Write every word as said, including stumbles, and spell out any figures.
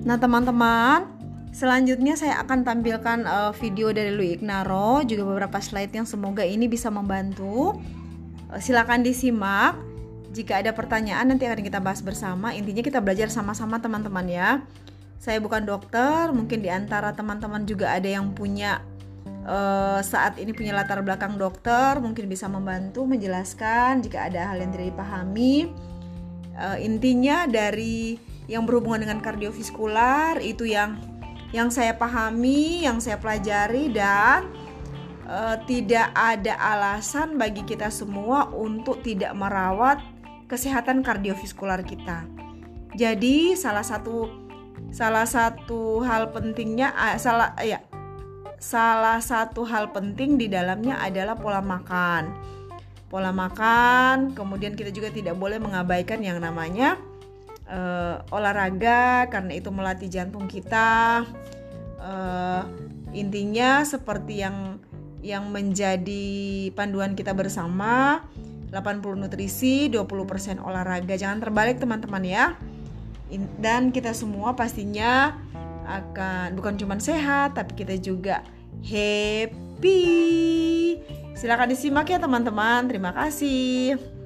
Nah teman-teman, selanjutnya saya akan tampilkan uh, video dari Louis Ignarro, juga beberapa slide yang semoga ini bisa membantu. Uh, silakan disimak. Jika ada pertanyaan nanti akan kita bahas bersama. Intinya kita belajar sama-sama teman-teman ya. Saya bukan dokter, mungkin di antara teman-teman juga ada yang punya uh, saat ini punya latar belakang dokter, mungkin bisa membantu menjelaskan jika ada hal yang tidak dipahami. Uh, intinya dari yang berhubungan dengan kardiovaskular itu yang yang saya pahami, yang saya pelajari, dan uh, tidak ada alasan bagi kita semua untuk tidak merawat kesehatan kardiovaskular kita. Jadi salah satu salah satu hal pentingnya uh, salah ya salah satu hal penting di dalamnya adalah pola makan. Pola makan, kemudian kita juga tidak boleh mengabaikan yang namanya uh, olahraga karena itu melatih jantung kita. Uh, intinya seperti yang yang menjadi panduan kita bersama, delapan puluh nutrisi, dua puluh persen olahraga. Jangan terbalik teman-teman ya. Dan kita semua pastinya akan bukan cuma sehat, tapi kita juga happy. Silakan disimak ya teman-teman. Terima kasih.